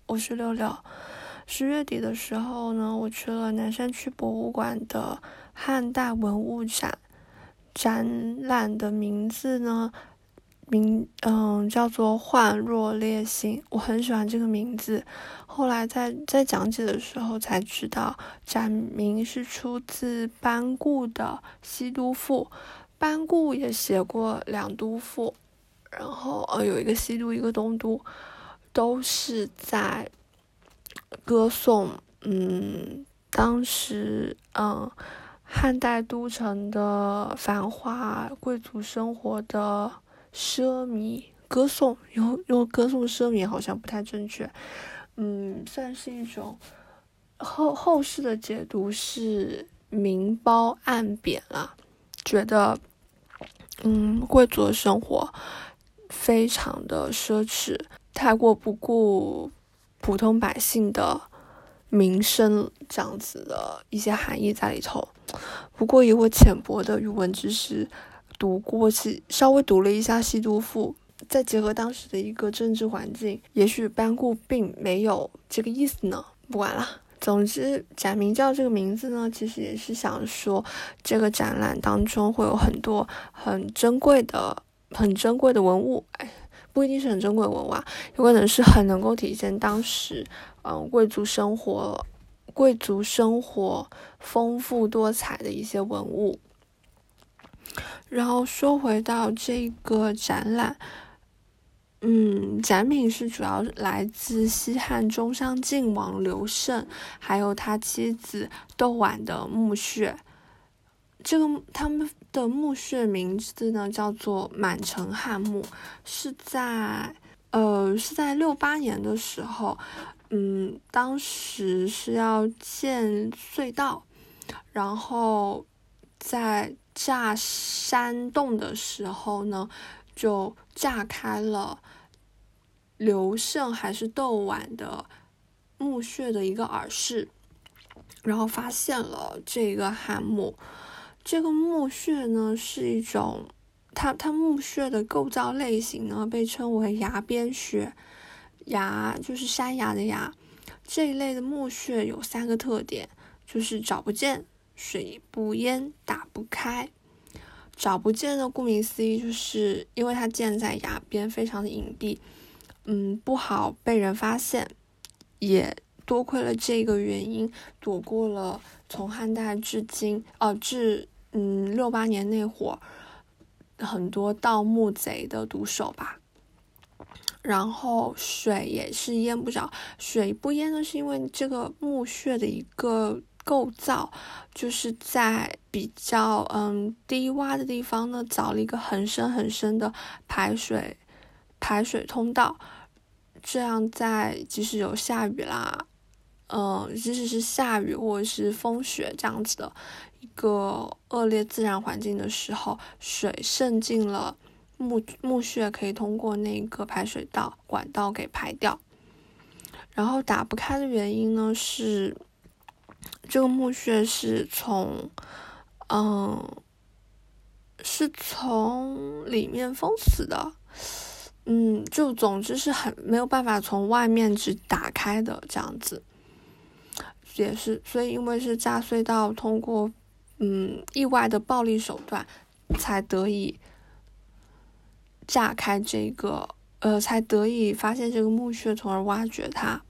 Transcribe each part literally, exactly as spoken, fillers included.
我是六六。十月底的时候呢，我去了南山区博物馆的汉代文物展，展览的名字呢，名嗯叫做幻若烈星，我很喜欢这个名字。后来在在讲解的时候才知道，展名是出自班固的《西都赋》，班固也写过两都赋，然后呃有一个西都，一个东都，都是在歌颂嗯当时嗯汉代都城的繁华贵族生活的奢靡，歌颂用用歌颂奢靡好像不太正确，嗯，算是一种后后世的解读是明褒暗贬了，觉得嗯贵族的生活非常的奢侈，太过不顾普通百姓的民生，这样子的一些含义在里头。不过以我浅薄的语文知识读过，是稍微读了一下《西都赋》，再结合当时的一个政治环境，也许班固并没有这个意思呢，不管了。总之展名叫这个名字呢，其实也是想说这个展览当中会有很多很珍贵的很珍贵的文物，哎，不一定是很珍贵的文物啊，有可能是很能够体现当时嗯贵族生活贵族生活丰富多彩的一些文物。然后说回到这个展览，嗯，展品是主要来自西汉中山靖王刘胜，还有他妻子窦婉的墓穴。这个他们的墓穴名字呢叫做满城汉墓，是在呃是在六八年的时候，嗯，当时是要建隧道，然后在炸山洞的时候呢，就炸开了刘胜还是窦婉的墓穴的一个耳室，然后发现了这个汉墓。这个墓穴呢是一种，它它墓穴的构造类型呢被称为崖边穴，崖就是山崖的崖。这一类的墓穴有三个特点，就是找不见、水不淹、打不开。找不见的顾名思义，就是因为它建在崖边，非常的隐蔽，嗯，不好被人发现，也多亏了这个原因，躲过了从汉代至今，哦、呃，至嗯六八年那会儿很多盗墓贼的毒手吧。然后水也是淹不着，水不淹呢，是因为这个墓穴的一个构造，就是在比较嗯低洼的地方呢，凿了一个很深很深的排水排水通道，这样在即使有下雨啦，嗯，即使是下雨或者是风雪这样子的一个恶劣自然环境的时候，水渗进了墓墓穴，可以通过那个排水道管道给排掉。然后打不开的原因呢，是这个墓穴是从嗯是从里面封死的，嗯，就总之是很没有办法从外面只打开的这样子。也是，所以因为是炸隧道，通过嗯意外的暴力手段，才得以炸开这个，呃，才得以发现这个墓穴，从而挖掘它。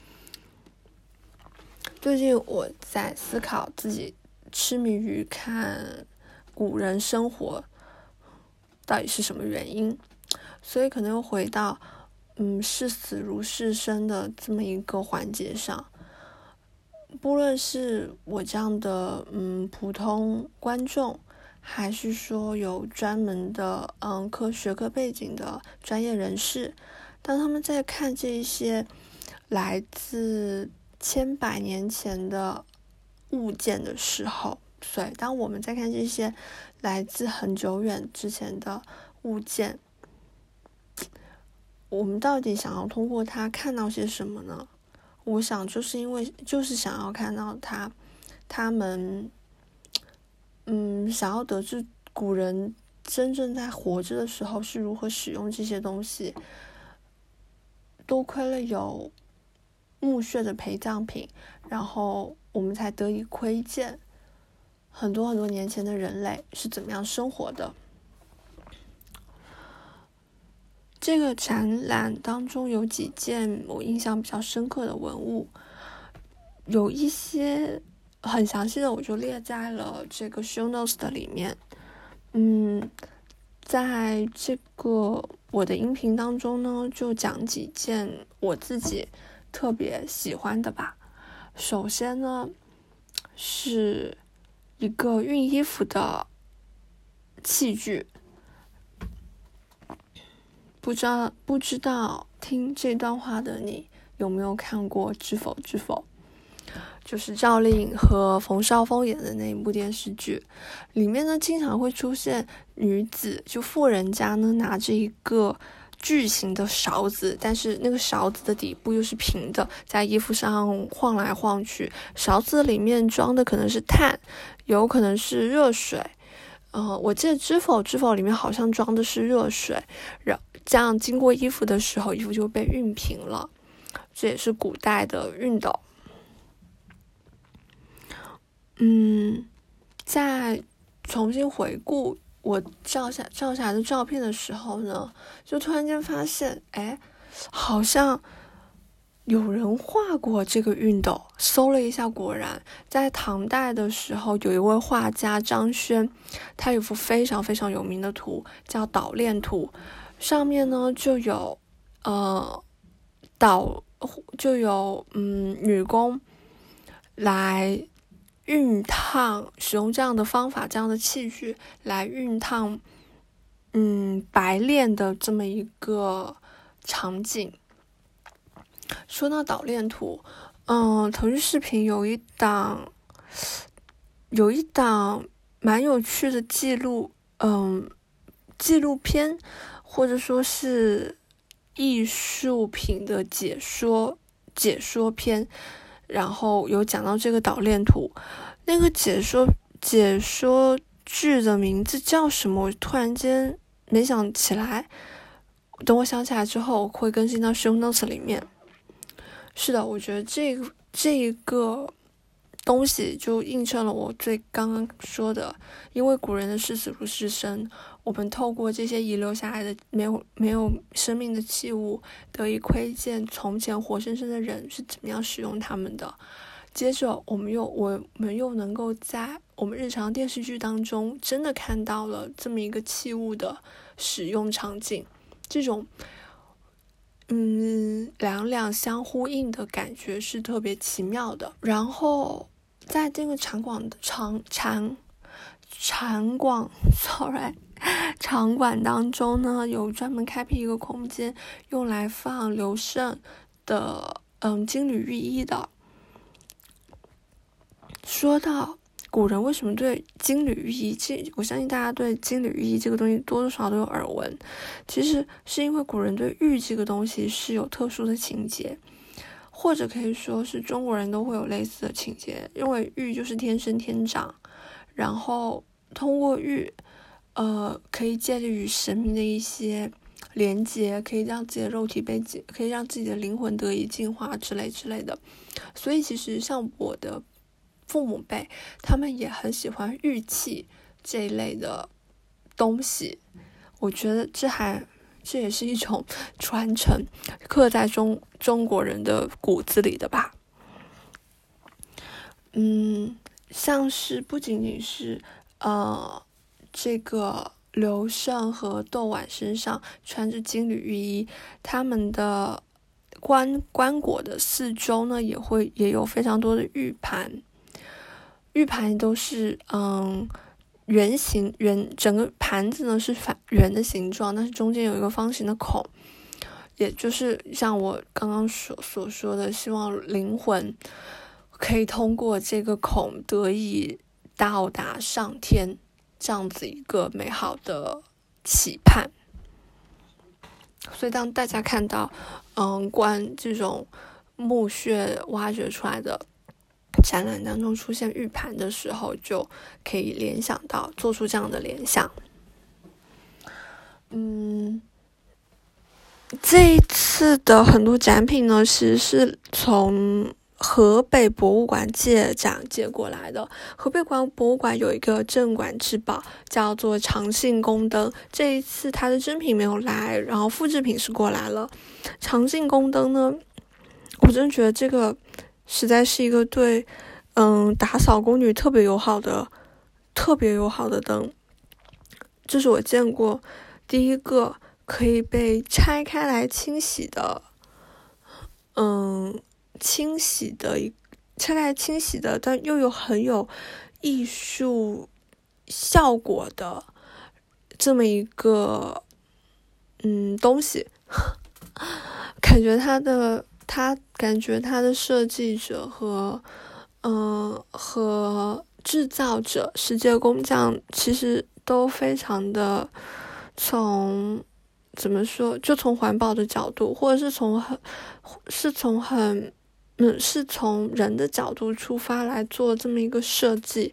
最近我在思考自己痴迷于看古人生活到底是什么原因，所以可能又回到嗯视死如视生的这么一个环节上。不论是我这样的嗯普通观众，还是说有专门的嗯科学科背景的专业人士，当他们在看这一些来自千百年前的物件的时候，所以当我们在看这些来自很久远之前的物件，我们到底想要通过它看到些什么呢？我想就是因为就是想要看到他他们嗯想要得知古人真正在活着的时候是如何使用这些东西。多亏了有墓穴的陪葬品，然后我们才得以窥见很多很多年前的人类是怎么样生活的。这个展览当中有几件我印象比较深刻的文物，有一些很详细的我就列在了这个 show notes 的里面。嗯，在这个我的音频当中呢，就讲几件我自己特别喜欢的吧。首先呢，是一个熨衣服的器具。不知道不知道听这段话的你有没有看过《知否知否》，就是赵丽颖和冯绍峰演的那一部电视剧，里面呢经常会出现女子就富人家呢拿着一个巨型的勺子，但是那个勺子的底部又是平的，在衣服上晃来晃去，勺子里面装的可能是碳，有可能是热水。呃，我记得知否知否里面好像装的是热水，然这样经过衣服的时候，衣服就被熨平了。这也是古代的熨斗。嗯，在重新回顾我照下照下来的照片的时候呢，就突然间发现，哎，好像有人画过这个熨斗。搜了一下，果然在唐代的时候，有一位画家张轩，他有幅非常非常有名的图叫《捣练图》，上面呢就有呃捣就有嗯女工来熨烫，使用这样的方法这样的器具来熨烫嗯白练的这么一个场景。说到捣练图，嗯，腾讯视频有一档有一档蛮有趣的记录，嗯，纪录片或者说是艺术品的解说解说片，然后有讲到这个捣练图。那个解说解说剧的名字叫什么？我突然间没想起来，等我想起来之后会更新到 show notes 里面。是的，我觉得这个这一个东西就映衬了我最刚刚说的，因为古人的视死如是生，我们透过这些遗留下来的没有没有生命的器物，得以窥见从前活生生的人是怎么样使用他们的。接着我们又我们又能够在我们日常电视剧当中真的看到了这么一个器物的使用场景，这种嗯，两两相呼应的感觉是特别奇妙的。然后在这个场馆的场场场馆 ，sorry， 场馆当中呢，有专门开辟一个空间，用来放刘胜的嗯金缕玉衣的。说到古人为什么对金缕玉衣，这我相信大家对金缕玉衣这个东西多多少少都有耳闻，其实是因为古人对玉这个东西是有特殊的情节，或者可以说是中国人都会有类似的情节，认为玉就是天生天长，然后通过玉呃可以建立与神明的一些连接，可以让自己的肉体被可以让自己的灵魂得以净化之类之类的。所以其实像我的父母辈，他们也很喜欢玉器这一类的东西。我觉得这还这也是一种传承，刻在中中国人的骨子里的吧。嗯，像是不仅仅是呃这个刘胜和窦婉身上穿着金缕玉衣，他们的棺棺椁的四周呢也会也有非常多的玉盘。玉盘都是嗯圆形圆，整个盘子呢是反圆的形状，但是中间有一个方形的孔，也就是像我刚刚所所说的，希望灵魂可以通过这个孔得以到达上天，这样子一个美好的期盼。所以当大家看到嗯关这种墓穴挖掘出来的展览当中出现玉盘的时候，就可以联想到做出这样的联想。嗯， 这一次的很多展品呢，其实是从河北博物馆借展借过来的。河北馆博物馆有一个镇馆之宝叫做长信宫灯，这一次它的真品没有来，然后复制品是过来了。长信宫灯呢，我真的觉得这个实在是一个对嗯打扫宫女特别友好的特别友好的灯，这是我见过第一个可以被拆开来清洗的嗯清洗的一拆开来清洗的但又有很有艺术效果的这么一个嗯东西。感觉它的它感觉它的设计者和嗯、呃、和制造者世界工匠其实都非常的从怎么说，就从环保的角度，或者是从很是从很嗯是从人的角度出发来做这么一个设计，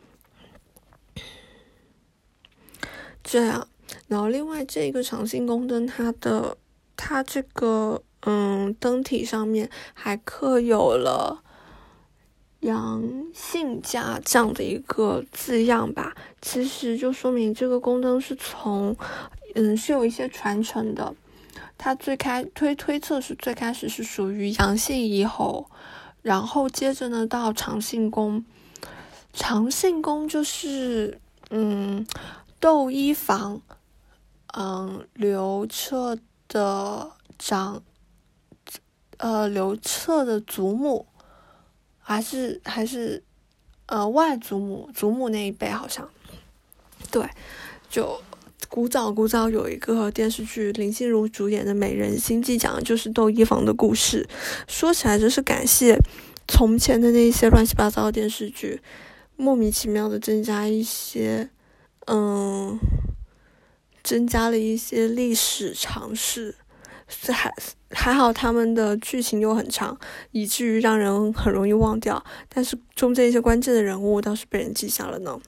这样。然后另外这个长信宫灯，它的它这个嗯灯体上面还刻有了阳性家这样的一个字样吧，其实就说明这个宫灯是从嗯是有一些传承的。它最开推推测是最开始是属于阳性遗侯，然后接着呢到长信宫。长信宫就是嗯窦漪房嗯刘彻的长呃刘彻的祖母，还是还是呃外祖母祖母那一辈好像，对，就古早古早有一个电视剧林心如主演的《美人心计》，讲的就是窦漪房的故事。说起来真是感谢从前的那些乱七八糟的电视剧，莫名其妙的增加一些嗯增加了一些历史常识，还还好他们的剧情又很长，以至于让人很容易忘掉，但是中间一些关键的人物倒是被人记下了呢。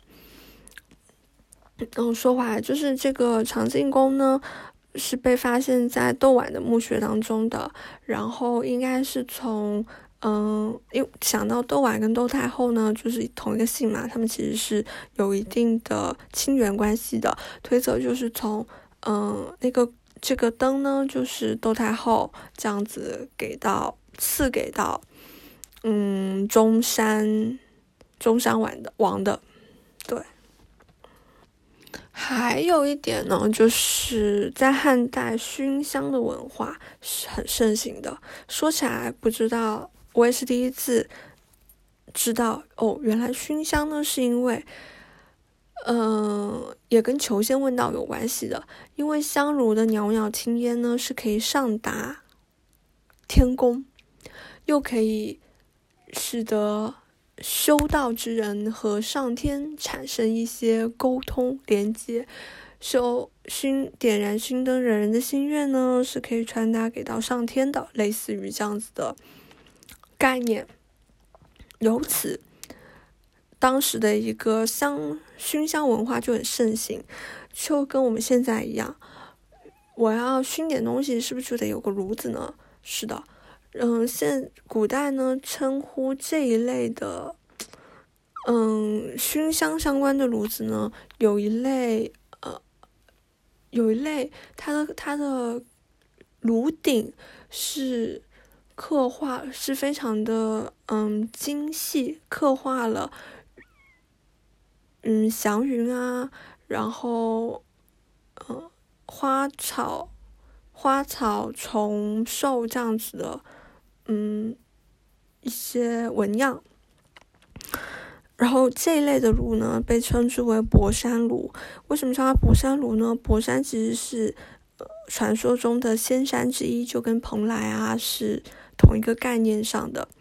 嗯，说回来，就是这个长信宫呢，是被发现在窦婉的墓穴当中的，然后应该是从嗯，因为想到窦婉跟窦太后呢，就是同一个姓嘛，他们其实是有一定的亲缘关系的，推测就是从嗯那个这个灯呢，就是窦太后这样子给到赐给到嗯中山中山王的王的，对。还有一点呢，就是在汉代熏香的文化是很盛行的。说起来不知道，我也是第一次知道哦，原来熏香呢是因为嗯、呃，也跟求仙问道有关系的。因为香炉的袅袅青烟呢是可以上达天宫，又可以使得修道之人和上天产生一些沟通连接，修熏点燃熏灯人人的心愿呢是可以传达给到上天的，类似于这样子的概念。由此当时的一个香熏香文化就很盛行，就跟我们现在一样，我要熏点东西是不是就得有个炉子呢？是的。嗯，现古代呢称呼这一类的嗯熏香相关的炉子呢，有一类呃有一类它的它的炉顶是刻画是非常的嗯精细，刻画了嗯祥云啊，然后呃花草花草虫兽这样子的嗯一些纹样。然后这一类的炉呢被称之为博山炉。为什么叫它博山炉呢？博山其实是呃传说中的仙山之一，就跟蓬莱啊是同一个概念上的。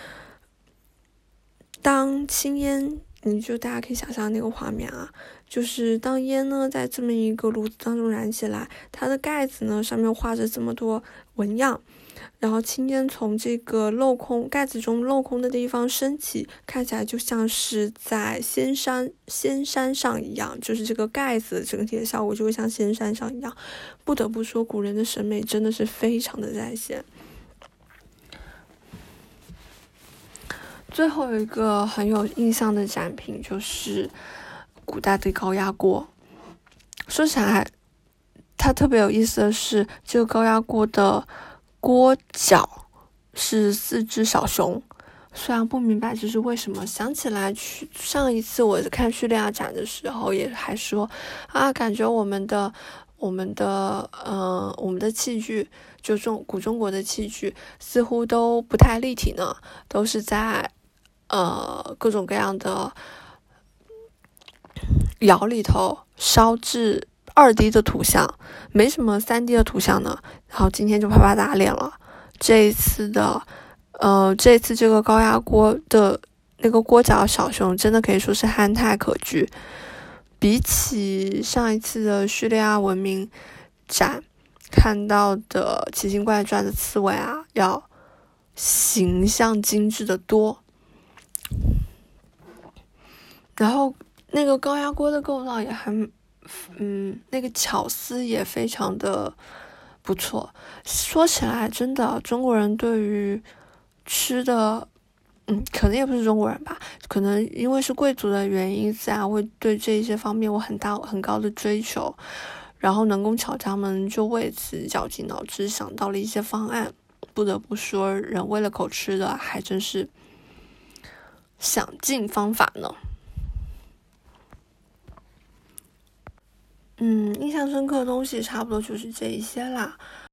当青烟，你就大家可以想象那个画面啊，就是当烟呢在这么一个炉子当中燃起来，它的盖子呢上面画着这么多纹样， 然后青烟从这个镂空盖子中镂空的地方升起，看起来就像是在仙山仙山上一样，就是这个盖子整体的效果就会像仙山上一样。不得不说，古人的审美真的是非常的在线。最后一个很有印象的展品就是古代的高压锅。说起来它特别有意思的是，这个高压锅的锅脚是四只小熊。虽然不明白这是为什么，想起来去上一次我看叙利亚展的时候也还说啊，感觉我们的我们的呃我们的器具，就中古中国的器具似乎都不太立体呢，都是在呃各种各样的窑里头烧制二 D 的图像，没什么三 D 的图像呢。然后今天就啪啪打脸了。这一次的呃这一次这个高压锅的那个锅脚小熊真的可以说是憨态可掬，比起上一次的叙利亚文明展看到的奇形怪状的刺猬啊，要形象精致的多。然后那个高压锅的构造也很嗯那个巧思也非常的不错。说起来真的，中国人对于吃的嗯可能也不是中国人吧，可能因为是贵族的原因，自然会对这一些方面有很大很高的追求，然后能工巧匠们就为此绞尽脑汁想到了一些方案。不得不说，人为了口吃的还真是想尽方法呢。嗯，印象深刻的东西差不多就是这一些啦。